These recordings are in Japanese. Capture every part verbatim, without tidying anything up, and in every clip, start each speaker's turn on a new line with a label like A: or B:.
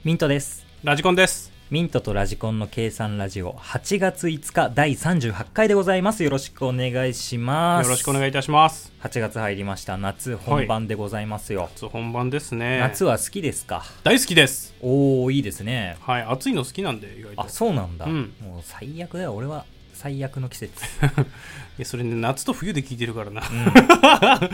A: ミントです。
B: ラジコンです。
A: ミントとラジコンの計算ラジオはちがついつかだいさんじゅうはちかいでございます。よろしくお願いします。
B: よろしくお願いいたします。
A: はちがつ入りました。夏本番でございますよ。
B: はい、夏本番ですね。
A: 夏は好きですか？
B: 大好きです。
A: おー、いいですね。
B: はい、暑いの好きなんで意外と。
A: あ、そうなんだ、
B: うん、
A: もう最悪だよ。俺は最悪の季節
B: いやそれね、夏と冬で聞いてるからな、うんはい、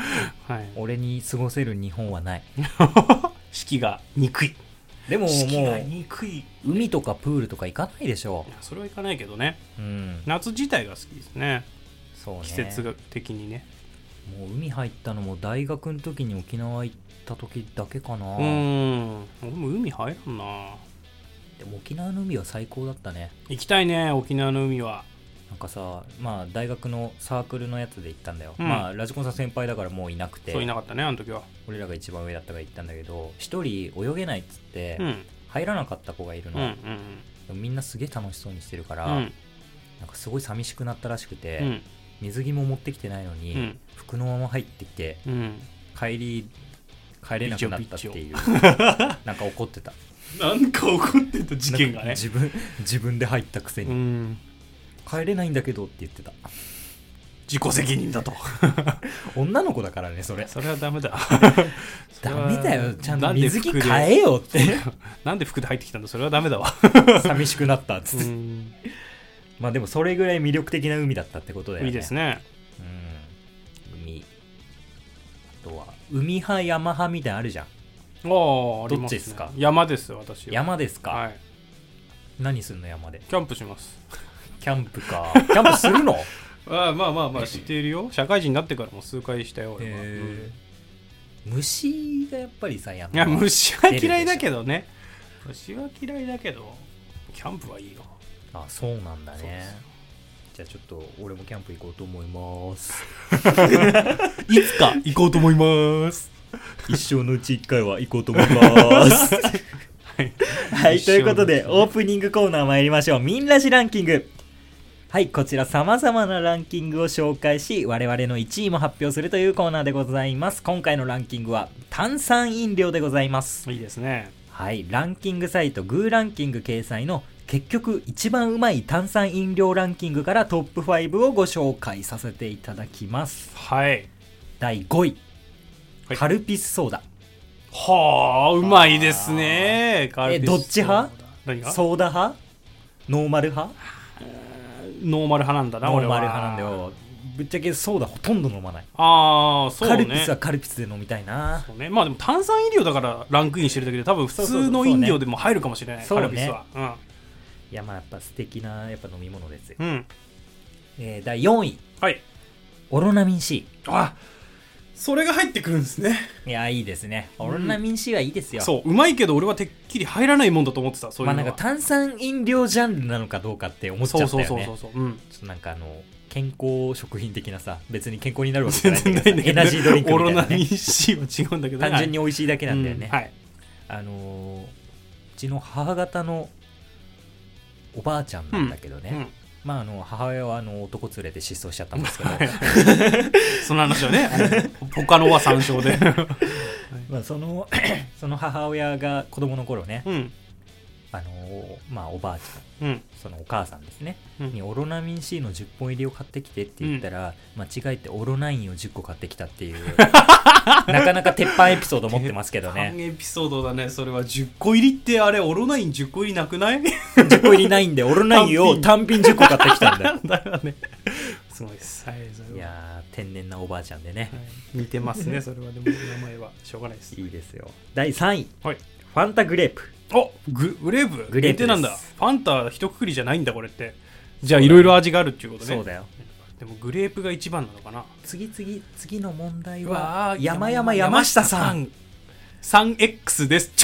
A: 俺に過ごせる日本はない
B: 四季が憎い。
A: でももう
B: 憎い。
A: 海とかプールとか行かないでしょ。
B: いやそれは行かないけどね、
A: うん、
B: 夏自体が好きですね。
A: そうね、
B: 季節的にね。
A: もう海入ったのも大学の時に沖縄行った時だけかな。
B: うーん、俺も海入らんな。
A: でも沖縄の海は最高だったね。
B: 行きたいね、沖縄の海は。
A: なんかさ、まあ大学のサークルのやつで行ったんだよ、うん、まあラジコンさん先輩だからもういなくて。
B: そういなかったね、あの時は。
A: 俺らが一番上だったから行ったんだけど、一人泳げないっつって、うん、入らなかった子がいるの、うんうんうん、でもみんなすげえ楽しそうにしてるから、うん、なんかすごい寂しくなったらしくて、うん、水着も持ってきてないのに、うん、服のまま入ってきて、うん、帰り帰れなくなったっていうなんか怒ってた。
B: なんか怒ってた事件がね。
A: 自分自分で入ったくせに、うん、帰れないんだけどって言ってた。
B: 自己責任だと
A: 女の子だからね、それ
B: それはダメだ
A: ダメだよ、ちゃんと水着買えよって
B: なんで服で入ってきたんだ、それはダメだわ
A: 寂しくなったっつって。うんまあでもそれぐらい魅力的な海だったってことだよね。
B: いいですね、
A: うん、海あとは海派山派みたいなのあるじゃん。
B: ああ、
A: どっちですか？
B: 山です、私は。
A: 山ですか、
B: はい、
A: 何すんの山で？
B: キャンプします
A: キャンプか。キャンプするの？
B: ああ、まあまあまあ知っているよ。社会人になってからも数回したよ俺は、うん、
A: 虫がやっぱりさ、山
B: いや虫は嫌いだけどね。虫は嫌いだけどキャンプはいいよ。
A: あ、そうなんだね。じゃあちょっと俺もキャンプ行こうと思いますいつか行こうと思います一生のうちいっかいは行こうと思いますはい、はい、ということでオープニングコーナー参りましょう。ミンラジランキング。はい、こちら様々なランキングを紹介し、我々のいちいも発表するというコーナーでございます。今回のランキングは炭酸飲料でございます。
B: いいですね。
A: はい、ランキングサイトグーランキング掲載の結局一番うまい炭酸飲料ランキングからトップごをご紹介させていただきます。
B: はい、
A: だいごい、はい、カルピスソーダ。
B: はあ、うまいですね。カルピスソーダ。
A: え、どっち派？
B: 何が？
A: ソーダ派？ノーマル派？
B: ノーマル派なんだな。
A: ノーマル派なんだよ。ぶっちゃけソーダほとんど飲まない。
B: ああ、そうね。
A: カルピスはカルピスで飲みたいな。
B: そうね。まあでも炭酸飲料だからランクインしてるだけで多分普通の飲料でも入るかもしれない。
A: そうね、
B: カルピスは。うん。
A: いや、まあやっぱ素敵なやっぱ飲み物ですよ。
B: うん。
A: えー、だいよんい。
B: はい。
A: オロナミン C。
B: あ、それが入ってくるんですね。
A: いや、いいですね。オロナミン C はいいですよ。
B: そう、うまいけど俺はてっきり入らないもんだと思ってた。そういうのは。
A: まあなんか炭酸飲料ジャンルなのかどうかって思っちゃったよね。
B: そうそうそうそうそう。うん。
A: ちょっとなんかあの健康食品的なさ、別に健康になるわけじゃないんだけどさ、エナジードリンクみたいな、ね、
B: オロナミン C は違うんだけど、
A: 単純に美味しいだけなんだよね。
B: うん、はい。
A: あのー、うちの母方のおばあちゃんなんだけどね、うんうん、まああの母親はあの男連れて失踪しちゃったんですけど
B: その話はね他のは参照で
A: まあそのその母親が子供の頃ね、うん、あのー、まあおばあちゃん、うん、そのお母さんですね、うん、にオロナミン C のじゅっぽん入りを買ってきてって言ったら、うん、間違えてオロナインをじゅっこ買ってきたっていうなかなか鉄板エピソード持ってますけどね。
B: 鉄板エピソードだね。それはじゅっこ入りって、あれオロナインじゅっこ入りなくない？じ
A: ゅっこ入りないんでオロナインを単品じゅっこ買ってきたんだよ
B: だからね、すごいです、はい、それはい
A: や天然なおばあちゃんでね、はい、
B: 似てますね。それはでも名前はしょうがないです。
A: いいですよ。だいさんい、
B: はい、
A: ファンタグレープ。
B: お、グ, グレープ
A: グレープです。
B: なんだ。ファンタ一括りじゃないんだこれって。じゃあいろいろ味があるっていうことね。
A: そうだよ。
B: でもグレープが一番なのかな。
A: 次次次の問題は山山山下さん
B: スリーエックス です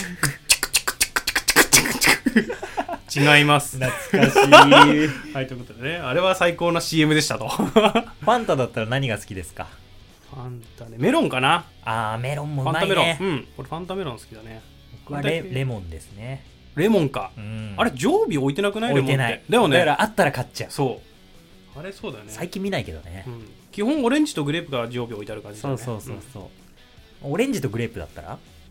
B: 違います。
A: 懐かしい
B: はい、ということでね、あれは最高な シーエム でしたとフ
A: ァンタだったら何が好きですか？
B: ファンタね、メロンかな。
A: あー、メロンもうまいね。
B: ファンタメロン、うん、これファンタメロン好きだね。
A: 僕は レ, レモンですね。
B: レモンか、うん、あれ常備置いてなくない？
A: 置いてない。
B: でもね、
A: だからあったら買っちゃう。
B: そうあれそうだよね。
A: 最近見ないけどね、
B: うん、基本オレンジとグレープが常備置いてある感じだよね。
A: そうそうそうそう、うん、オレンジとグレープだったら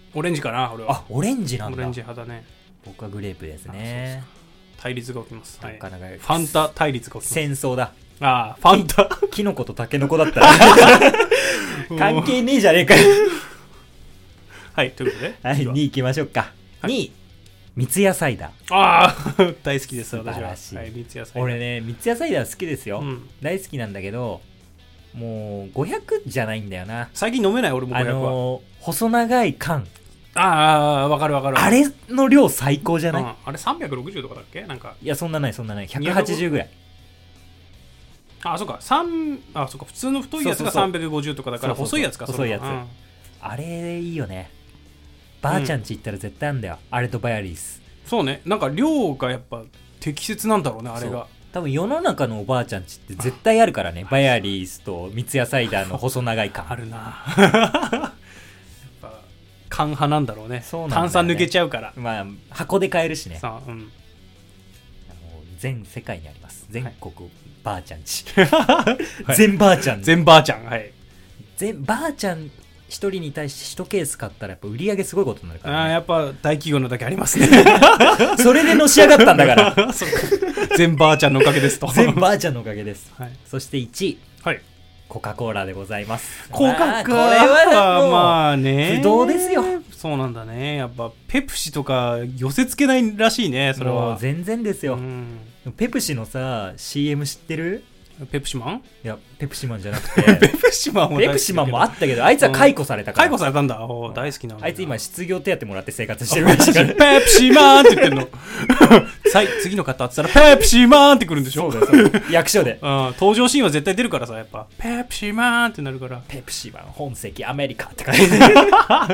B: オレンジかな俺は。
A: あ、オレンジなんだ。
B: オレンジ派だね。
A: 僕はグレープですね。
B: 対立が起きます、はい、
A: なかなか
B: ファンタ対立が起きます。
A: 戦争だ。
B: ああファンタ
A: キノコとタケノコだったら関係ねえじゃねえかよ
B: はいということで、
A: はい、にい行きましょうか、はい、にい三ツ矢サイダ
B: ー。ああ大好きです私は。
A: 素晴らしい、
B: はい、三ツ矢サイダー。
A: 俺ね三ツ矢サイダー好きですよ、うん、大好きなんだけどもうごひゃくじゃないんだよな。
B: 最近飲めない俺もごひゃくは。あのー、
A: 細長い缶。
B: ああわかるわかる。
A: あれの量最高じゃない、うん、
B: あれさんびゃくろくじゅうとかだっけなんか。
A: いやそんなないそんなないひゃくはちじゅうぐらい。
B: あそうか三あそうか普通の太いやつがさんびゃくごじゅうとかだから細いやつか。
A: 細いやつ、うん、あれいいよね。ばあちゃんち行ったら絶対あるんだよ、うん、あれとバヤリース。
B: そうねなんか量がやっぱ適切なんだろうねあれが。
A: 多分世の中のおばあちゃんちって絶対あるからねバヤリースと三ツ矢サイダーの細長い缶
B: あるなやっぱ缶派なんだろうね。そうなんだよね、炭酸抜けちゃうから。
A: まあ箱で買えるしね。
B: さあ、うん、あの
A: 全世界にあります全国、はい、ばあちゃんち、
B: はい、
A: 全ばあちゃん
B: 全ばあちゃんはい
A: 全ばあちゃん一人に対して一ケース買ったらやっぱ売り上げすごいことになるから、ね、
B: あやっぱ大企業のだけありますね
A: それでのし上がったんだから
B: 全ばあちゃんのおかげですと
A: 全ばあちゃんのおかげです、
B: はい、
A: そしていちい、
B: はい、
A: コカ・コーラでございます。
B: コカ・コーラ、
A: これはもう
B: まあね
A: 不動ですよ。
B: そうなんだね。やっぱペプシとか寄せ付けないらしいねそれは。
A: もう全然ですよ、
B: うん、
A: ペプシのさ シーエム 知ってる？
B: ペプシマン？
A: いやペプシマンじゃなくて
B: ペプシマンも
A: ペプシマンもあったけどあいつは解雇されたから、
B: 解雇されたんだ。お大好きなの。
A: あいつ今失業手当もらって生活してるらしいから
B: ペプシマンって言ってんのさい次の方って言ったらペプシマンってくるんでしょ。
A: そうだよそう役所で、
B: うん、登場シーンは絶対出るからさやっぱペプシマンってなるから。
A: ペプシマン本籍アメリカって書いてはい、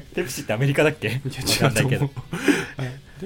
A: ペプシってアメリカだっけ？分かんないけど、はい、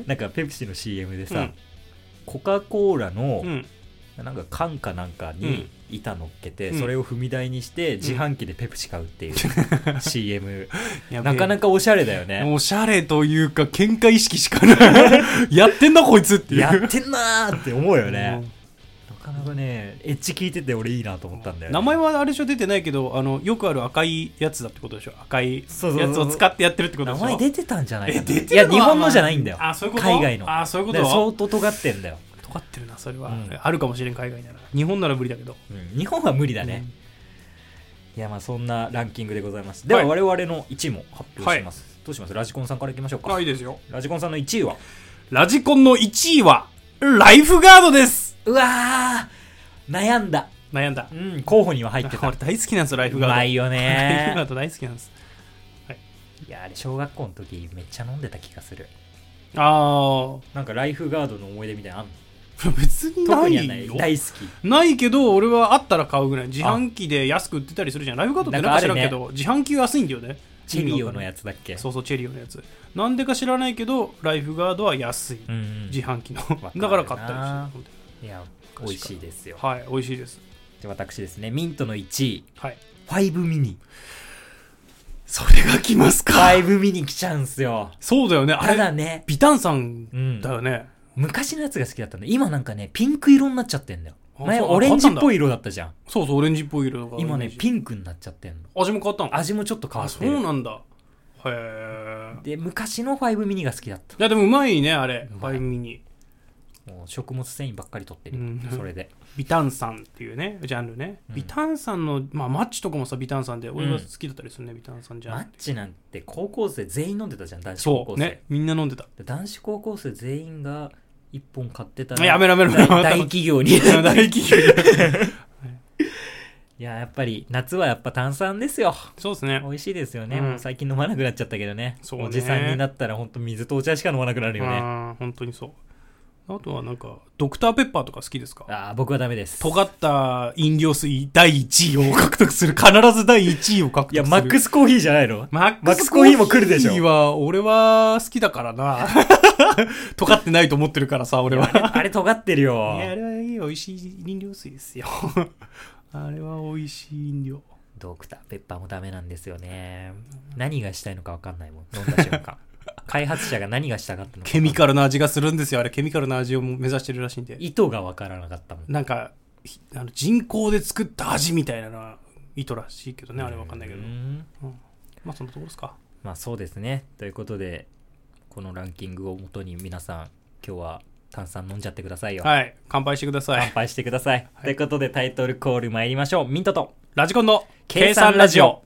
A: なんかペプシの シーエム でさ、うん、コカ・コーラの、うんなんか缶かなんかに板乗っけて、うん、それを踏み台にして自販機でペプシ買うっていう、うん、シーエム なかなかおしゃれだよね。
B: おしゃれというか喧嘩意識しかないやってんなこいつっていう
A: やってんなーって思うよね、うん、なかなかねエッジ聞いてて俺いいなと思ったんだよね。
B: 名前はあれでしょ出てないけどあのよくある赤いやつだってことでしょ。赤いやつを使ってやってるってことでしょ。
A: 名前出てたんじゃないかな。
B: え出てる
A: いや日本のじゃないんだよ、
B: あそういうこと
A: 海外の。
B: あそういうこと
A: 相当尖ってんだよ。
B: 尖ってるなそれは、うん、あるかもしれん海外なら。日本なら無理だけど、
A: うん、日本は無理だね、うん、いやまあそんなランキングでございます。では我々のいちいも発表します、はい、どうします？ラジコンさんからいきましょうか。
B: あいいですよ。
A: ラジコンさんのいちいは
B: ラジコンのいちいはライフガードです。
A: うわー悩んだ
B: 悩んだ、
A: うん、候補には入ってた。
B: 俺大好きなんですよライフガード。
A: うまいよね
B: ライフガード大好きなんです、
A: はい、いやあれ小学校の時めっちゃ飲んでた気がする。
B: ああなん
A: かライフガードの思い出みたいなのあんの？
B: 別にないよ。
A: ない大好き
B: ないけど俺はあったら買うぐらい。自販機で安く売ってたりするじゃん。ライフガードってなんか知らんけど、ね、自販機安いんだよね。
A: チェリオのやつだっけ？
B: そうそうチェリオのやつなんでか知らないけどライフガードは安い、うんうん、自販機のだから買ったりして。
A: いや美味しいですよ。
B: はい美味しいです。
A: で私ですねミントのいちい、
B: はい、
A: ファイブミニ。
B: それが来ますか。
A: ファイブミニ来ちゃうんすよ。
B: そうだよね。あれ
A: ただね
B: ビタンさんだよね、
A: うん、昔のやつが好きだったんだ。今なんかねピンク色になっちゃってんだよ。前オレンジっぽい色だったじゃん。
B: そうそうオレンジっぽい色が
A: 今ねピンクになっちゃってんの。
B: 味も変わったの？
A: 味もちょっと変わってる。
B: そうなんだ。へえ。
A: で昔のファイブミニが好きだった。
B: いやでもうまいねあれファイブミニ。
A: もう食物繊維ばっかり取ってる、うん、それで
B: ビタン酸っていうねジャンルね、うん、ビタン酸の、まあ、マッチとかもさビタン酸で俺が好きだったりするね、うん、ビタン酸ジャンル。
A: マッチなんて高校生全員飲んでたじゃん。男子高校生。そうね
B: みんな飲んでた。
A: 男子高校生全員がいっぽん買ってたら
B: やめろやめろ
A: 大企業に
B: 大企業に
A: いややっぱり夏はやっぱ炭酸ですよ。
B: そうですね
A: 美味しいですよね、うん、もう最近飲まなくなっちゃったけど ね,
B: そうね
A: おじさんになったら本当水とお茶しか飲まなくなるよね。
B: あ本当にそう。あとはなんかドクターペッパーとか好きですか？
A: あ僕はダメです。
B: 尖った飲料水だいいちいを獲得する必ずだいいちいを獲得する。
A: いやマックスコーヒーじゃないの？
B: マックスコーヒーも来るでしょ。マックスコーヒーは俺は好きだからな尖ってないと思ってるからさ俺は。
A: あれ、あれ尖ってるよ。
B: いやあれはいい美味しい飲料水ですよあれは美味しい飲料。
A: ドクターペッパーもダメなんですよね。何がしたいのか分かんないもん飲んだ瞬間開発者が何がしたかったのか。
B: ケミカルな味がするんですよあれ。ケミカルな味を目指してるらしいんで。
A: 意図が分からなかったもん。
B: なんかあの人工で作った味みたいなのは意図らしいけどねあれ分かんないけど、うん、まあそんなところですか。
A: まあそうですね。ということでこのランキングをもとに皆さん今日は炭酸飲んじゃってくださいよ。
B: はい乾杯してください。
A: 乾杯してください、はい、ということでタイトルコール参りましょう。ミントと
B: ラジコンの
A: 計算ラジオ。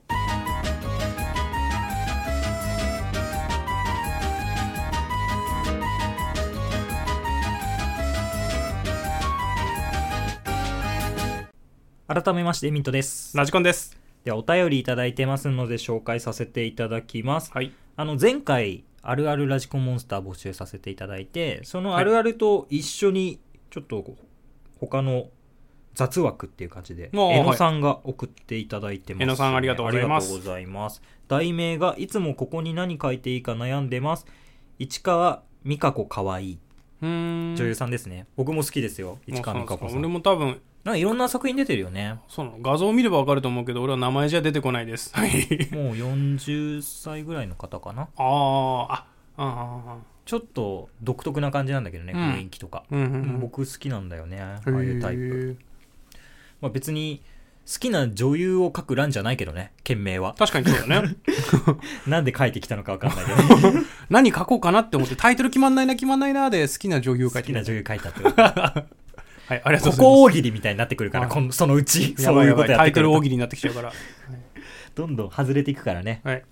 A: 改めましてミントです。
B: ラジコンです。
A: ではお便りいただいてますので紹介させていただきます、
B: はい、
A: あの前回あるあるラジコンモンスター募集させていただいて、そのあるあると一緒にちょっと他の雑枠っていう感じでえのさんが送っていただいてます、ね、
B: えのさんありがとうございます。
A: ありがとうございます。題名がいつもここに何書いていいか悩んでます。市川美香子かわいい。
B: うーん
A: 女優さんですね。僕も好きですよ、市川美香子さん。
B: 俺も多分
A: なんかいろんな作品出てるよね。
B: そうなの、画像を見ればわかると思うけど俺は名前じゃ出てこないです。
A: もうよんじゅっさいぐらいの方かな。
B: あーああ
A: ちょっと独特な感じなんだけどね、うん、雰囲気とか、
B: うんうんうん、
A: 僕好きなんだよね、ああいうタイプ。まあ、別に好きな女優を書く欄じゃないけどね、件名は。
B: 確かにそうだね。
A: なんで書いてきたのか分かんないけど
B: 何書こうかなって思ってタイトル決まんないな決まんないなで好きな女優書いて
A: 好きな女優書いたってこと
B: はい、ありがとうございます。
A: ここ大喜利みたいになってくるから、このそのうちそういうことやってくると
B: タイトル大喜利になってきちゃうから、はい、
A: どんどん外れていくからね、
B: はい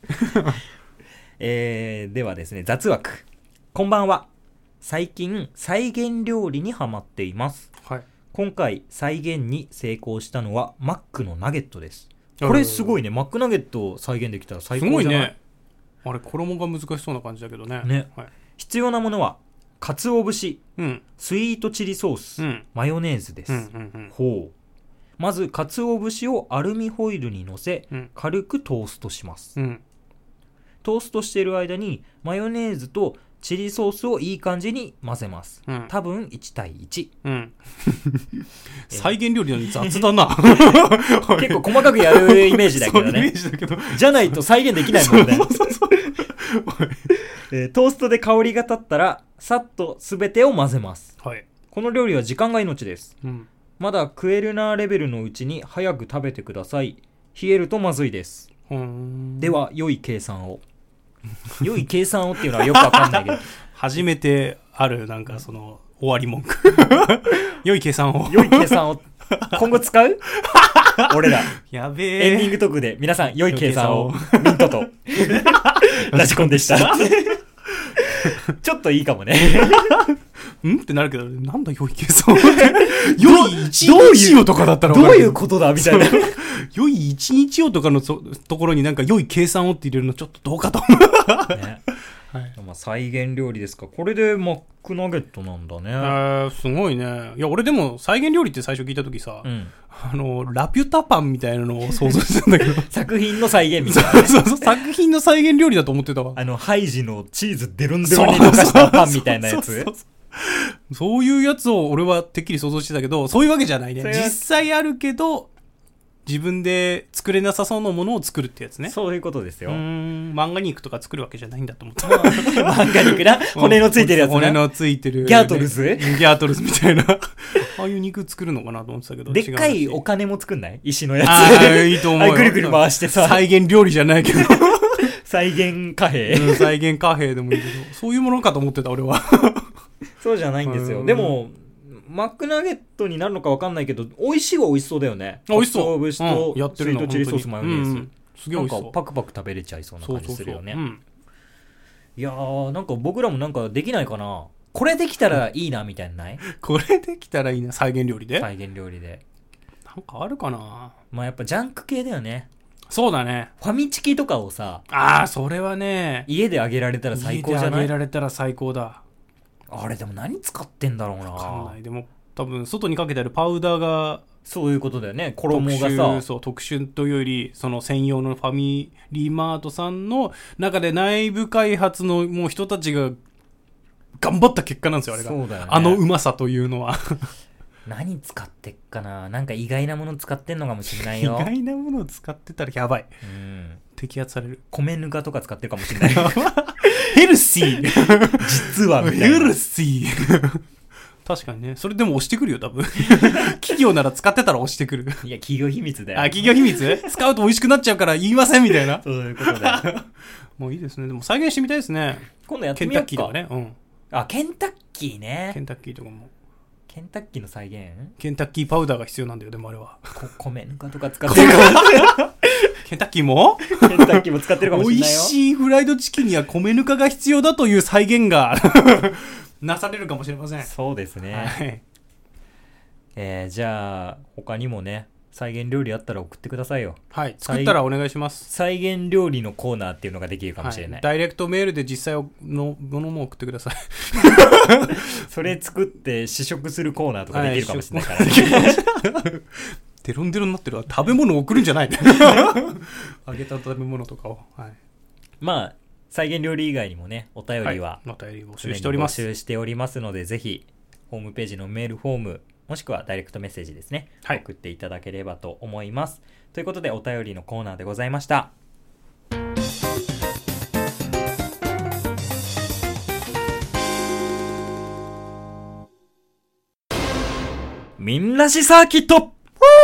A: えー、ではですね、雑枠。こんばんは。最近再現料理にハマっています、
B: はい、
A: 今回再現に成功したのはマックのナゲットです。これすごいね、マックナゲットを再現できたら最高じゃない？すごいね。
B: あれ衣が難しそうな感じだけどね。
A: ね、はい、必要なものは鰹節、
B: うん、
A: スイートチリソース、うん、マヨネーズです、うんうんうん、ほう。まず鰹節をアルミホイルに乗せ、うん、軽くトーストします、うん、トーストしている間にマヨネーズとチリソースをいい感じに混ぜます、うん、多分いちたいいち、うん、
B: 再現料理なのに雑だな
A: 結構細かくやるイメージだけどね。
B: そうイメージだけど
A: じゃないと再現できないもんね。えー、トーストで香りが立ったらさっと全てを混ぜます、はい、この料理は時間が命です、うん、まだ食えるなレベルのうちに早く食べてください。冷えるとまずいです。では良い計算を良い計算をっていうのはよくわかんないけど
B: 初めてあるなんかその終わり文句良い計算を
A: 良い計算を今後使う俺ら
B: やべえ。
A: エンディングトークで皆さん良い計算をミントとラジコンでしたちょっといいかもね
B: んってなるけど、なんだ良い計算良い一日よとかだったら
A: どういうことだみたいな
B: 良い一日よとかのところになんか良い計算をって入れるのちょっとどうかと思う、ね、
A: はい、まあ、再現料理ですか。これでマックナゲットなんだね。
B: えー、すごいね。いや俺でも再現料理って最初聞いた時さ、うん、あのラピュタパンみたいなのを想像してたんだけど
A: 作品の再現みたいな、ね、
B: そうそうそう、作品の再現料理だと思ってたわ。
A: あのハイジのチーズデロンデロンに溶かしたパンみたいなやつ。そうそうそうそう、
B: そういうやつを俺はてっきり想像してたけど、そういうわけじゃないね。実際あるけど自分で作れなさそうなものを作るってやつね。
A: そういうことですよ。うー
B: ん、漫画肉とか作るわけじゃないんだと思った
A: 漫画肉な、骨のついてるやつな、
B: 骨のついてる
A: ギャートルズ
B: ギャートルズみたいなああいう肉作るのかなと思ってたけど、
A: でっかいお金も作んない？石のやつ。
B: ああ、いいと思うよ。
A: ぐるぐる回してさ、
B: 再現料理じゃないけど
A: 再現貨幣、
B: うん、再現貨幣でもいいけど、そういうものかと思ってた俺は
A: そうじゃないんですよ。でもマックナゲットになるのか分かんないけど、美味しいは美味しそうだよね。
B: 美味しそう。
A: 鰹節と
B: スイー
A: トチリソースマヨネーズ、うん、
B: すげえ美味しそう。
A: なんかパクパク食べれちゃいそうな感じするよね。
B: そうそうそう、うん、
A: いやー、なんか僕らもなんかできないかな。これできたらいいなみたいなない？
B: これできたらいいな。再現料理で？
A: 再現料理で
B: なんかあるかな。
A: まあやっぱジャンク系だよね。
B: そうだね。
A: ファミチキとかをさ、
B: あー、それはね、
A: 家で揚げられたら最高じゃない？
B: 家で揚げられたら最高だ。
A: あれでも何使ってんだろうな。
B: 分かんない。でも多分外にかけてあるパウダーが
A: そういうことだよね。衣がさ、
B: そう特殊というよりその専用のファミリーマートさんの中で内部開発のもう人たちが頑張った結果なんですよ、あれが。
A: そうだよね、
B: あのうまさというのは
A: 何使ってっかな。なんか意外なもの使ってんのかもしれないよ。
B: 意外なものを使ってたらやばい、
A: うん、
B: 摘発される。
A: 米ぬかとか使ってるかもしれない
B: ヘルシー
A: 実はみたいな。
B: ヘルシー確かにね。それでも押してくるよ、多分。企業なら使ってたら押してくる。
A: いや、企業秘密だよ。
B: あ、企業秘密使うと美味しくなっちゃうから言いませんみたいな。
A: そういうことだよ。
B: もういいですね。でも再現してみたいですね。
A: 今度やって
B: ケン
A: みようか。
B: タッキーとかね。うん。
A: あ、ケンタッキーね。
B: ケンタッキーとかも。
A: ケンタッキーの再現
B: ケンタッキーパウダーが必要なんだよ、でもあれは。
A: こ米ぬかとか使ってるかもしれない。
B: ケンタッキーも
A: ケンタッキーも使ってるかもしれないよ。
B: 美味しいフライドチキンには米ぬかが必要だという再現がなされるかもしれません。
A: そうですね。
B: はい、
A: えー、じゃあ他にもね再現料理あったら送ってくださいよ。
B: はい、作ったらお願いします。
A: 再現料理のコーナーっていうのができるかもしれない。はい、
B: ダイレクトメールで実際のものも送ってください。
A: それ作って試食するコーナーとかできるかもしれないからね。
B: はい、デロンデロンになってるわ。食べ物を送るんじゃない揚げた食べ物とかを。はい、
A: まあ再現料理以外にもねお便りは、
B: はい、お便り募集しております。
A: 募集しておりますので、ぜひホームページのメールフォームもしくはダイレクトメッセージですね、はい、送っていただければと思います。ということでお便りのコーナーでございました。ミンラジサーキット。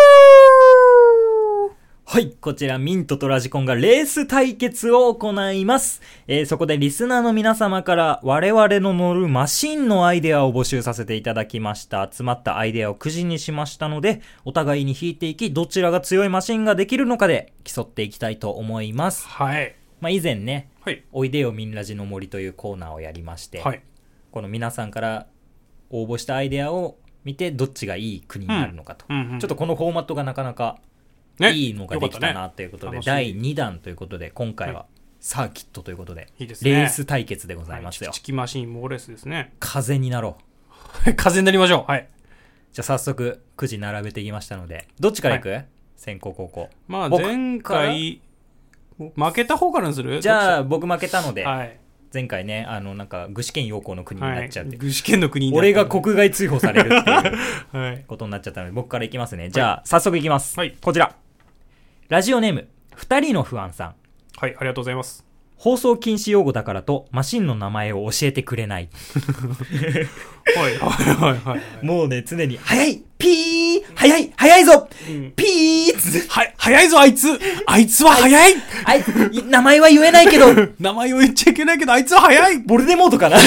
A: はい、こちらミントとラジコンがレース対決を行います。えー、そこでリスナーの皆様から我々の乗るマシンのアイデアを募集させていただきました。集まったアイデアをくじにしましたので、お互いに引いていき、どちらが強いマシンができるのかで競っていきたいと思います。
B: はい。
A: まあ以前ね、
B: はい、
A: おいでよミンラジの森というコーナーをやりまして、
B: はい、
A: この皆さんから応募したアイデアを見てどっちがいい国になるのかと、うんうんうん、ちょっとこのフォーマットがなかなかね、いいのができたなということで、ね、だいにだんということで今回はサーキットということで、
B: いいですね、
A: レース対決でございますよ。
B: はい、チキチキマシン猛レースですね。
A: 風になろ
B: う。風になりましょう。はい。
A: じゃあ早速くじ並べていきましたので、どっちからいく、はい、先攻後攻。
B: まあ前回負けた方からにする。
A: じゃあ僕負けたので、
B: はい、
A: 前回ねあのなんか具志堅用高の国になっちゃって、
B: はい、具志堅の国になっ
A: 俺が国外追放されるっていうことになっちゃったので僕からいきますね。じゃあ早速いきます、はい、こちらラジオネーム二人の不安さん。
B: はい、ありがとうございます。
A: 放送禁止用語だからとマシンの名前を教えてくれない。
B: はいはいはいはい。
A: もうね常に早いピー早い早いぞ、うん、ピーつ
B: は早いぞあいつあいつは早い
A: あい名前は言えないけど
B: 名前を言っちゃいけないけどあいつは早い。
A: ボルデモートかな。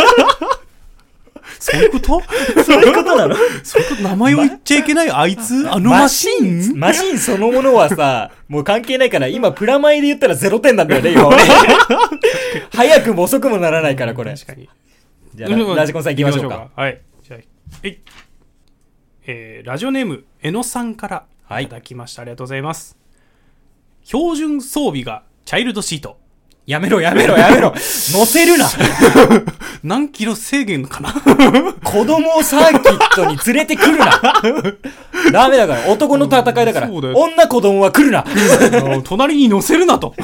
B: そういうこと
A: そういうことなの。
B: そういうこと。名前を言っちゃいけないあいつあのマシン
A: マシンそのものはさもう関係ないから、今プラマイで言ったらゼロてんなんだよね今俺。早くも遅くもならないからこれ。確かに。じゃあラジコンさん行きましょうか。
B: はい。じゃあええー、ラジオネームえのさんからいただきました、はい、ありがとうございます。標準装備がチャイルドシート。
A: やめろやめろやめろ乗せるな。
B: 何キロ制限かな。
A: 子供をサーキットに連れてくるな。ダメだから男の戦いだから、うん、女子供は来るな。
B: 隣に乗せるなと。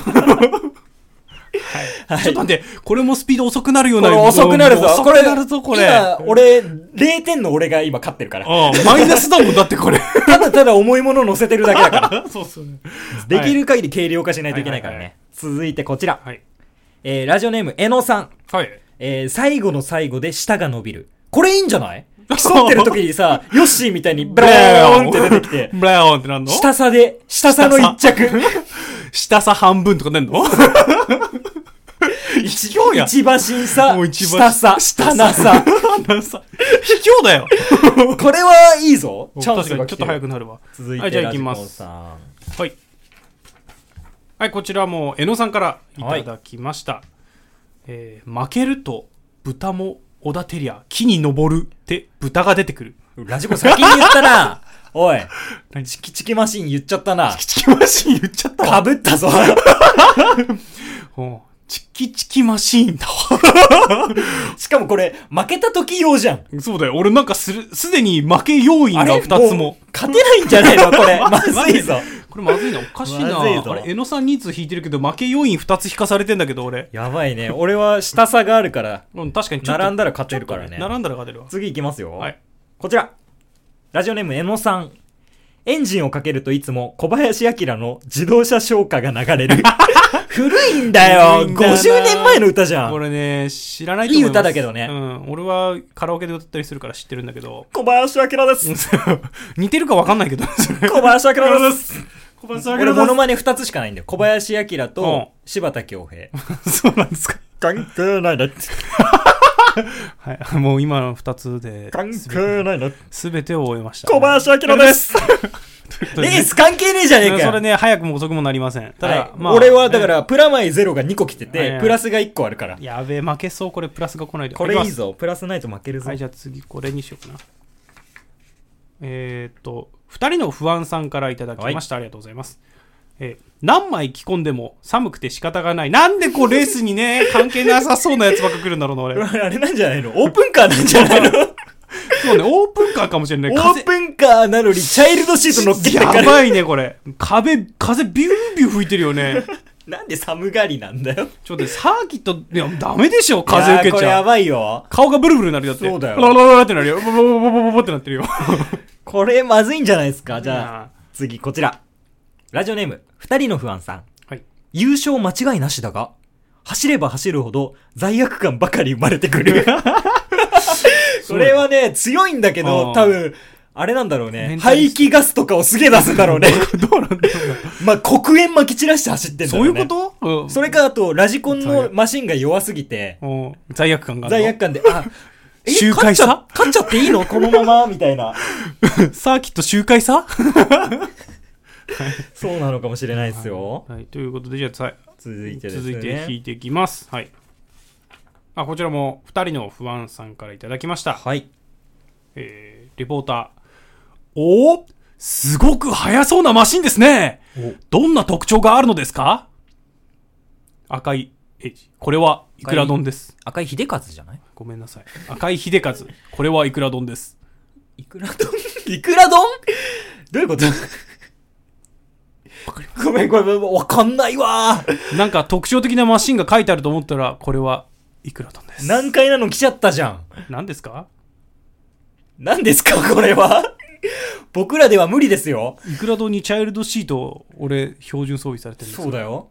B: はい、ちょっと待って、これもスピード遅くなるような。
A: これ遅くなるぞ。
B: 遅くなるぞ、これ。
A: 今、俺、れいてんの俺が今勝ってるから。
B: ああ、マイナスだもん、だってこれ。
A: ただただ重いものを乗せてるだけだから。そうそうね。できる限り軽量化しないといけないからね。はいはいはい、続いてこちら。はい、えー、ラジオネーム、えのさん。はい。えー、最後の最後で舌が伸びる。これいいんじゃない？競ってる時にさ、ヨッシーみたいにブラーンって出てきて。
B: ブラーンってなんの？
A: 下差で、下差の一着。
B: 下差半分とか出んの？
A: 卑怯や。一馬審査、下差、下なさ。
B: 卑怯だよ。
A: これはいいぞ。チャンスが来てる。
B: ちょっと早くなるわ。
A: 続いて、はい、じゃあ行きます。
B: はい。はい、こちらも江野さんからいただきました。はい、えー、負けると豚もおだてりゃ木に登るって豚が出てくる。
A: ラジコ先に言ったな。おい、チキチキマシン言っちゃったな。
B: チキチキマシン言っちゃったわ。
A: かぶったぞ。
B: チキチキマシーンだわ。
A: しかもこれ負けた時用じゃん。
B: そうだよ。俺なんかするすでに負け要因がふたつも。
A: 勝てないんじゃないのこれ。まずいぞ。
B: これまずいな。おかしいな。まずいぞ。あれ江野さんに通引いてるけど負け要因ふたつ引かされてんだけど俺。
A: やばいね。俺は下差があるから。
B: うん、確かに
A: ちょっと並んだら勝てるからね。
B: 並んだら勝てるわ。
A: 次いきますよ。
B: はい。
A: こちら。ラジオネーム江野さん。 エンジンをかけるといつも小林明の自動車唱歌が流れる。古いんだよ。
B: 古いんだな
A: ごじゅうねんまえの歌じゃん。
B: これね、知らないと思います。
A: いい歌だけどね
B: うん。俺はカラオケで歌ったりするから知ってるんだけど。
A: 小林明です。
B: 似てるか分かんないけど。
A: 小林明です。
B: 小林明です。
A: 俺モノマネふたつしかないんだよ。小林明と柴田恭平。
B: そうなんですか。
A: 関係ないなって。
B: はい。もう今のふたつで。
A: 関係ないな。
B: すべてを終えました。
A: 小林明です。レース関係ねえじゃねえかよ。
B: それね、早くも遅くもなりません。ただ、
A: はい
B: まあ、
A: 俺はだから、プラマイゼロがにこ来てて、
B: はいはい
A: プラスがいっこあるから。
B: やべえ、負けそう。これプラスが来ないで。
A: これいいぞ。プラスないと負けるぞ。
B: はい、じゃあ次、これにしようかな。えー、っと、二人の不安さんからいただきました。はい、ありがとうございます。えー、何枚着込んでも寒くて仕方がない。なんでこうレースにね、関係なさそうなやつばっか来るんだろうな、俺。
A: あれなんじゃないの？オープンカーなんじゃないの？
B: そうね、オープンカーかもしれない。
A: オープンカーなのにチャイルドシート乗っけてから。
B: やばいね、これ。壁、風ビュービュー吹いてるよね。
A: なんで寒がりなんだよ。
B: ちょっとサーキット、いや、ダメでしょ、風受けちゃう。
A: これやばいよ。
B: 顔がブルブルなるよって。
A: そうだよ。
B: ララララってなるよ。ボボボボボボボってなってるよ。
A: これまずいんじゃないですか。じゃあ、次、こちら。ラジオネーム、二人の不安さん。
B: はい。
A: 優勝間違いなしだが、走れば走るほど罪悪感ばかり生まれてくる。それはね、強いんだけど、多分、あれなんだろうね。排気ガスとかをすげえ出すんだろうね。
B: どうなんだろ
A: う。まあ、黒煙撒き散らして走ってんだろうね。
B: そういうこと、うん、
A: それか、あと、ラジコンのマシンが弱すぎて、
B: 罪悪感がある。
A: 罪悪感で、あ、
B: 周回差
A: 勝っちゃっていいのこのままみたいな。
B: サーキット周回差
A: そうなのかもしれないですよ。
B: はい。はい、ということで、じゃあ、
A: 続いてですね。
B: 続いて引いていきます。はい。あ、こちらも二人の不安さんからいただきました。
A: はい。
B: えー、レポーター。おー、すごく速そうなマシンですね。どんな特徴があるのですか？赤いエイジ。これはいくら丼です。
A: 赤い秀和じゃない？
B: ごめんなさい。赤い秀和。これはいくら丼です。
A: いくら丼いくら丼どういうことごめんごめん、わかんないわ。
B: なんか特徴的なマシンが書いてあると思ったら、これはいくら丼です。
A: 難解なの来ちゃったじゃん。
B: 何ですか？
A: 何ですかこれは。僕らでは無理ですよ。
B: いくら丼にチャイルドシート、俺、標準装備されてるんですよ。
A: そうだよ。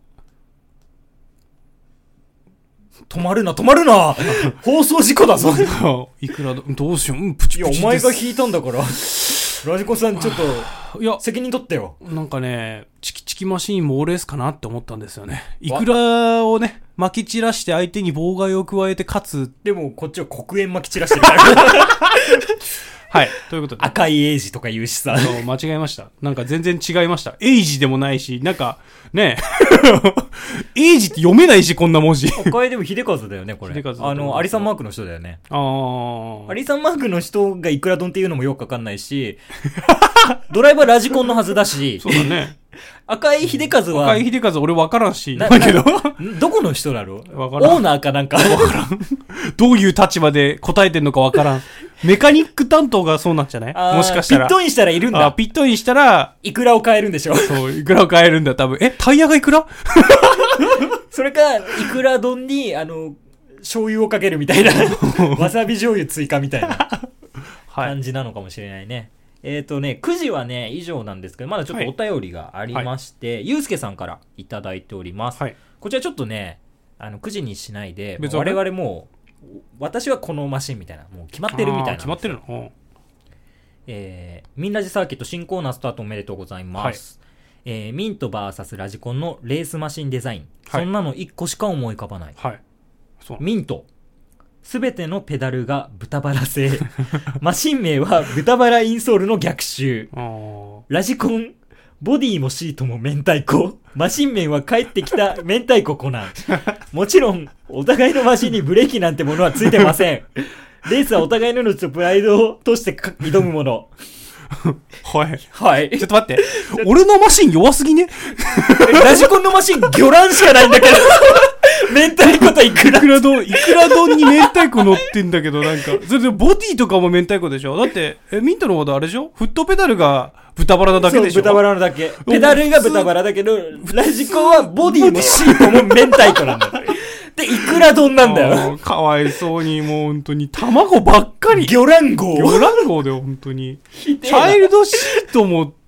A: 止まるな、止まるな放送事故だぞ。
B: いくら丼、どうしよう。うん、プチプチです。
A: いや、お前が引いたんだから。ラジコさん、ちょっと、いや、責任取ってよ。
B: なんかね、チキチキマシーンモーレースかなって思ったんですよね。いくらをね、撒き散らして相手に妨害を加えて、かつ。
A: でも、こっちは黒煙撒き散らしてるから。
B: はい。ということで。
A: 赤いエイジとか言うしさ。
B: そう、間違えました。なんか全然違いました。エイジでもないし、なんか、ねエイジって読めないし、こんな文字。
A: 赤いでも秀和だよね、これ。
B: 秀和
A: あの、アリサンマークの人だよね。
B: ああ。
A: アリサンマークの人がいくら丼っていうのもよくわかんないし、ドライバーラジコンのはずだし。
B: そうだね。
A: 赤井秀和は。
B: 赤井秀和俺わからんし。だけど。
A: どこの人だろう
B: わからん。
A: オーナーかなんか。
B: わからん。どういう立場で答えてんのかわからん。メカニック担当がそうなんじゃないもしかしたら。
A: ピットインしたらいるんだ。
B: あ、ピットインしたら、
A: いくらを買えるんでしょ
B: そう、いくらを買えるんだ、多分。え、タイヤがいくら
A: それか、いくら丼に、あの、醤油をかけるみたいな。わさび醤油追加みたいな感じなのかもしれないね。はい、えっ、ー、とね、くじはね、以上なんですけど、まだちょっとお便りがありまして、はい、ゆうすけさんからいただいております。はい、こちらちょっとね、あの、くじにしないで、我々もう、私はこのマシンみたいな、もう決まってるみたいな。
B: 決まってるの、
A: えー、ミンラジサーキット新コーナースタートおめでとうございます。はい、えー、ミント ブイエス ラジコンのレースマシンデザイン。はい、そんなのいっこしか思い浮かばない。はい、そうミント。すべてのペダルが豚バラ製。マシン名は豚バラインソールの逆襲。ラジコン、ボディもシートも明太子。マシン面は帰ってきた明太子コナン。もちろん、お互いのマシンにブレーキなんてものはついてません。レースはお互いの命とプライドとして挑むもの。
B: はい。
A: はい。
B: ちょっと待って。俺のマシン弱すぎね
A: ラジコンのマシン魚卵しかないんだけど。明太子といくら。
B: いくら丼、いくら丼に明太子乗ってんだけど、なんか。それでボディとかも明太子でしょだって、え、ミントのことあれでしょフットペダルが豚バラなだけでしょ
A: そう、豚バラのだけ。ペダルが豚バラだけど、ラジコンはボディもシートも明太子なんだよ。で、いくら丼なんだよ。
B: かわいそうに、もう本当に、卵ばっかり。
A: 魚卵号。
B: 魚卵号だよ、本当に。チャイルドシートも、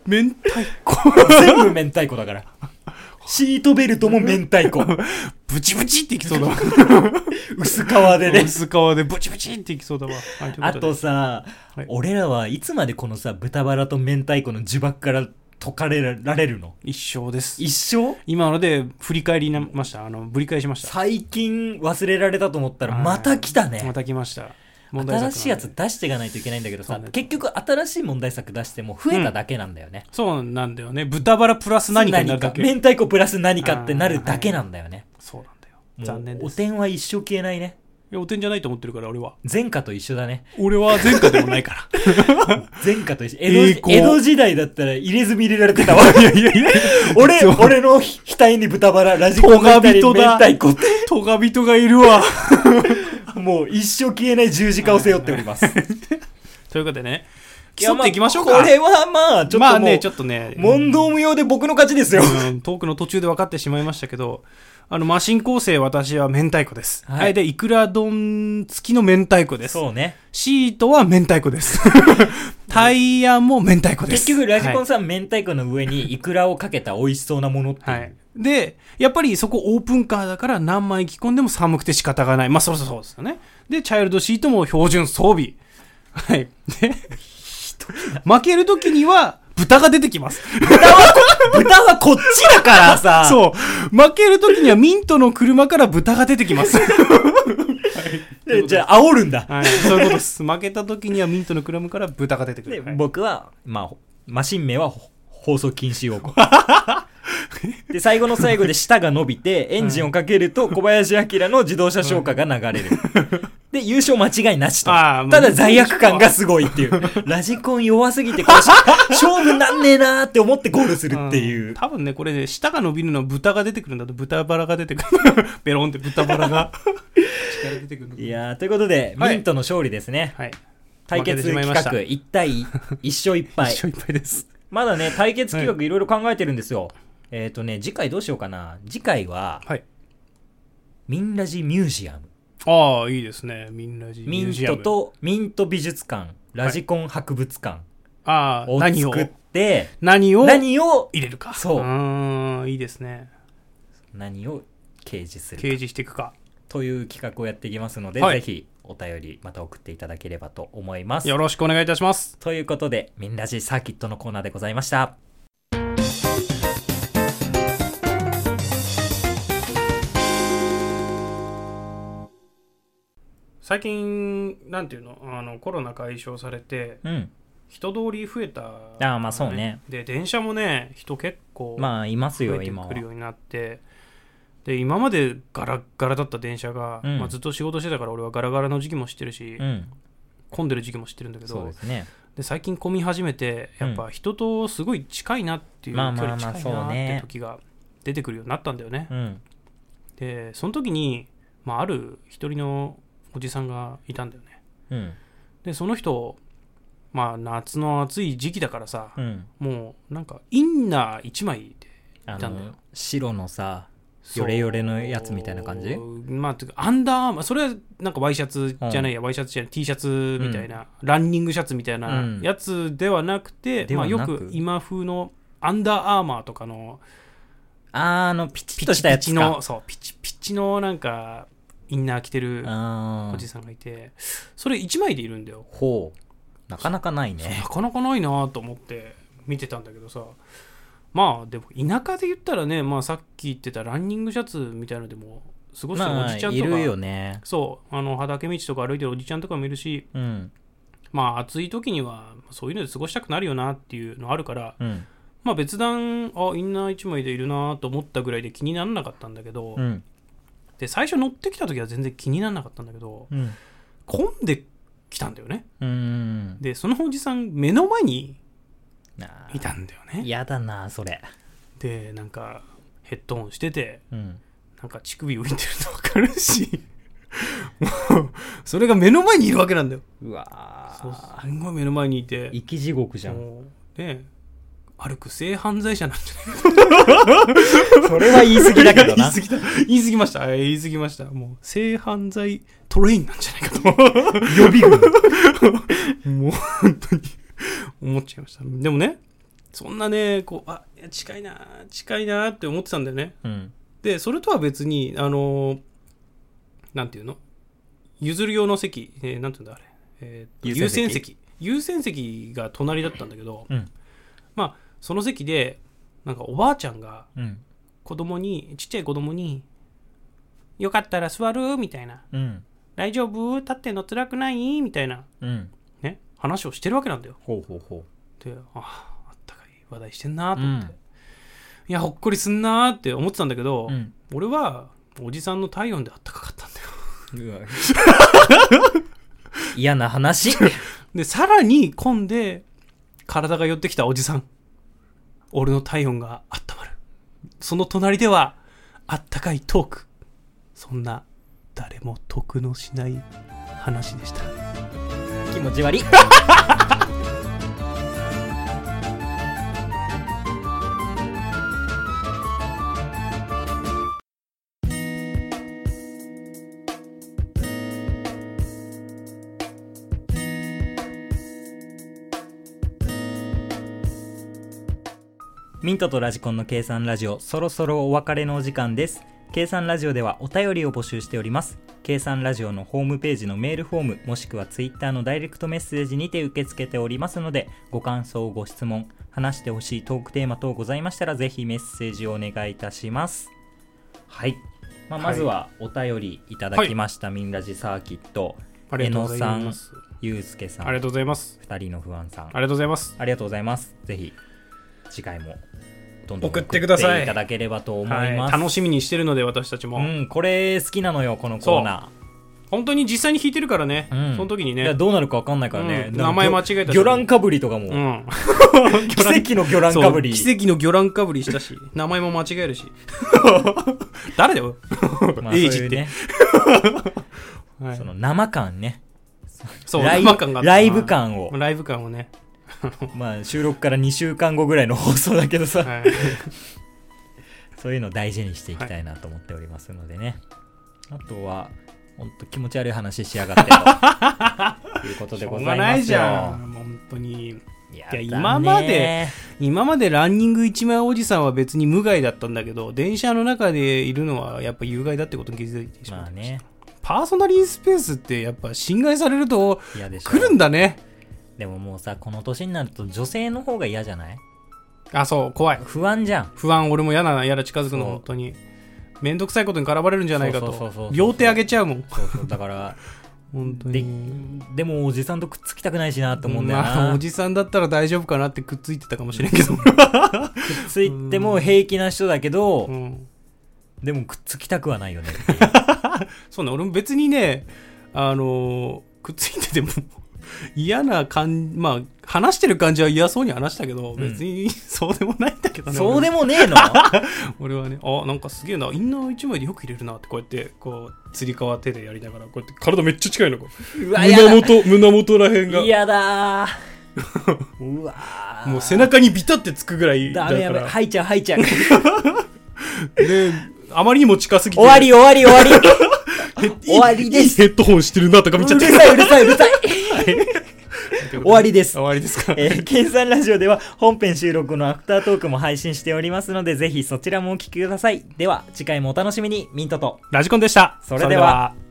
B: 明太子
A: 全部明太子だからシートベルトも明太子
B: ブチブチっていきそうだわ
A: 薄皮でね
B: 薄皮でブチブチっていきそうだわ、はい、と
A: あとさ、はい、俺らはいつまでこのさ豚バラと明太子の呪縛から解かれられるの？
B: 一生です。
A: 一生？
B: 今ので振り返りました。あのぶり返しました。
A: 最近忘れられたと思ったらまた来たね。
B: また来ました。
A: 新しいやつ出していかないといけないんだけどさ、結局新しい問題作出しても増えただけなんだよね、
B: うん、そうなんだよね。豚バラプラス何かになるだけ、
A: 明太子プラス何かってなるだけなんだよね、はい、
B: そうなんだよ。残念です。
A: お点は一生消えないね。
B: いやお点じゃないと思ってるから俺は。
A: 前科と一緒だね。
B: 俺は前科でもないから
A: 前科と一緒。江戸、江戸時代だったら入れ墨入れられてたわいやいやいや俺俺の額に豚バラ、ラジコンの額に明太子って
B: トガビトがいるわ
A: もう一生消えない十字架を背負っております
B: ということでね、競っていきましょうか。
A: これはまあちょっともう、まあね、ちょっとね、問答無用で僕の勝ちですよ、
B: うん、トークの途中で分かってしまいましたけど、あのマシン構成私は明太子です、はい、はい、でイクラ丼付きの明太子です。
A: そうね。
B: シートは明太子ですタイヤも明太子です。
A: 結局ラジコンさん、はい、明太子の上にイクラをかけた美味しそうなものっていう、はい、
B: でやっぱりそこオープンカーだから何枚着込んでも寒くて仕方がない。まあそろそろそうですよね。でチャイルドシートも標準装備、はいで負けるときには豚が出てきます。
A: 豚はこ、豚はこっちだからさ。
B: そう。負けるときにはミントの車から豚が出てきます。はい、
A: じゃあ、煽るんだ。
B: はい。そういうことです。負けたときにはミントの車から豚が出てくる。
A: で、はい、僕は、まあ、マシン名は放送禁止用語。で、最後の最後で舌が伸びて、エンジンをかけると小林明の自動車消火が流れる。で、優勝間違いなしと。ただ罪悪感がすごいっていう。ラジコン弱すぎて、これ勝負なんねえなーって思ってゴールするっていう。
B: 多分ね、これね、舌が伸びるのは豚が出てくるんだと、豚バラが出てくる。ベロンって豚バラが。力出てくる。
A: いやー、ということで、はい、ミントの勝利ですね。はい。対決企画、いち対いち勝いっぱい。
B: いち勝いっぱいです。
A: まだね、対決企画いろいろ考えてるんですよ。はい、えっ、ー、とね、次回どうしようかな。次回は、はい、ミンラジミュージアム。
B: ああ、いいですね。ミンラジミュージアム。
A: ミントと、ミント美術館、ラジコン博物館
B: を
A: 作って、
B: 何を
A: 何を
B: 入れるか。
A: そう。
B: ああ、いいですね。
A: 何を掲示するか。
B: 掲示していくか。
A: という企画をやっていきますので、はい、ぜひお便りまた送っていただければと思います。
B: よろしくお願いいたします。
A: ということで、ミンラジサーキットのコーナーでございました。
B: 最近なんていうの、あのコロナ解消されて、うん、人通り増えた、ね、
A: ああまあそうね。
B: で電車もね人結構
A: まあいますよ
B: 増えてくるようになって、で今までガラッガラだった電車が、うんまあ、ずっと仕事してたから俺はガラガラの時期も知ってるし、うん、混んでる時期も知ってるんだけど、
A: そうですね。
B: で最近混み始めてやっぱ人とすごい近いなっていう、うん、距離近いなっていう時が出てくるようになったんだよね。うん、でその時に、まあ、ある一人のおじさんがいたんだよね、うん、でその人、まあ、夏の暑い時期だからさ、うん、もうなんかインナーいちまいでいたんだよ。
A: 白のさヨレヨレのやつみたいな感じ。
B: まあアンダーアーマー、それはなんかワイシャツじゃないや、うん、ワイシャツじゃない T シャツみたいな、うん、ランニングシャツみたいなやつではなくて、うんまあ、よく今風のアンダーアーマーとかの
A: あのピチッとしたやつか、
B: ピチピチのそうピチピチのなんかインナー着てるおじさんがいて、それいちまいでいるんだよ。
A: ほう、なかなかないね。
B: なかなかないなと思って見てたんだけどさ、まあでも田舎で言ったらね、まあさっき言ってたランニングシャツみたいなのでも過ごしてるおじちゃんとか、
A: まあ、いるよね。
B: そうあの畑道とか歩いてるおじちゃんとかもいるし、うん、まあ暑い時にはそういうので過ごしたくなるよなっていうのあるから、うん、まあ別段あインナーいちまいでいるなと思ったぐらいで気にならなかったんだけど、うんで最初乗ってきた時は全然気にならなかったんだけど、うん、混んできたんだよね。うんでそのおじさん目の前にいたんだよね。
A: やだなそれ
B: でなんかヘッドホンしてて、うん、なんか乳首浮いてるの分かるしもうそれが目の前にいるわけなんだよ。
A: うわ
B: そうすんごい目の前にいて
A: 生き地獄じゃん。
B: で歩く性犯罪者なんじゃない
A: それは言い過ぎだけどな
B: 言い過ぎた言い過ぎました言い過ぎましたもう性犯罪トレインなんじゃないかと予備軍もう本当に思っちゃいました。でもねそんなねこうあいや近いな近いなって思ってたんだよね。
A: うん
B: でそれとは別にあのー、なんていうの譲る用の席、えー、なんていうんだあれ、えー、優先席優先席が隣だったんだけど、
A: うん、
B: まあその席でなんかおばあちゃんが
A: うん
B: 子供にちっちゃい子供によかったら座るみたいな、
A: うん、
B: 大丈夫立ってんの辛くないみたいな、
A: うん
B: ね、話をしてるわけなんだよ。
A: ほうほうほ
B: でああったかい話題してんなと思って、うん、いやほっこりすんなって思ってたんだけど、うん、俺はおじさんの体温であったかかったんだよ。うわ
A: 嫌な話
B: でさらに混んで体が寄ってきたおじさん、俺の体温があったまる。その隣ではあったかいトーク。そんな誰も得のしない話でした。
A: 気持ち悪いミントとラジコンの計算ラジオ、そろそろお別れのお時間です。計算ラジオではお便りを募集しております。計算ラジオのホームページのメールフォーム、もしくはツイッターのダイレクトメッセージにて受け付けておりますので、ご感想、ご質問、話してほしいトークテーマ等ございましたら、ぜひメッセージをお願いいたします。はい、まあ、まずはお便りいただきました、はい、ミンラジサーキット、えのさん、ゆうすけさん、
B: ありがとうございます。
A: ふたりの不安さん、
B: ありがとうございます。
A: ありがとうございます。ぜひ次回もどんどん送ってください。いただければと思います、
B: はい、楽しみにしてるので私たちも、
A: うん、これ好きなのよこのコーナー。
B: 本当に実際に弾いてるからね、うん、その時にね、
A: いやどうなるか分かんないからね、
B: うん、名前間違えたし
A: 魚卵かぶりとかも、うん、奇跡の魚卵かぶり、
B: 奇跡の魚卵かぶりしたし名前も間違えるし誰だよ、まあ、エイジって、ね
A: はい、その生感ね、
B: そうライ生感が
A: ライブ感を
B: ライブ感をね
A: まあ収録からにしゅうかんごぐらいの放送だけどさ、はい、そういうのを大事にしていきたいなと思っておりますのでね、はい、あとは本当気持ち悪い話しやがってということでございますよ。しょうがないじゃん
B: 本当に。いや今まで今までランニング一枚おじさんは別に無害だったんだけど、電車の中でいるのはやっぱ有害だってことに気づいてしまいました。まあね、パーソナリースペースってやっぱ侵害されると来るんだね。
A: でももうさこの年になると女性の方が嫌じゃない？
B: あ、そう怖い、
A: 不安じゃん。
B: 不安、俺も嫌な嫌だ近づくの本当にめんどくさいことに絡まれるんじゃないかと両手上げちゃうもん。
A: そうそうだから
B: 本当に
A: で, でもおじさんとくっつきたくないしなと思うんだよな、
B: まあ、おじさんだったら大丈夫かなってくっついてたかもしれんけどくっ
A: ついても平気な人だけど、うん、でもくっつきたくはないよね
B: そうね、俺も別にねあのー、くっついてても嫌な感じ、まあ話してる感じは嫌そうに話したけど、うん、別にそうでもないんだけどね。
A: そうでもねえの
B: 俺はね、あ、なんかすげえな、インナーいちまいでよく入れるなってこうやってこうつり革手でやりながらこうやって体めっちゃ近いのこう、うわ胸元胸元らへんが
A: 嫌だうわ
B: もう背中にビタってつくぐらい
A: だから。ダメやめ、吐いちゃう吐いちゃう
B: であまりにも近すぎて
A: 終わり終わり終わり終わりです。
B: ヘッドホンしてるなとか見ちゃって、
A: うるさいうるさいうるさい終わりです。
B: 終わりですか。
A: えー、計算ラジオでは本編収録のアフタートークも配信しておりますので、ぜひそちらもお聞きください。では次回もお楽しみに。ミントと
B: ラジコンでした。
A: それでは。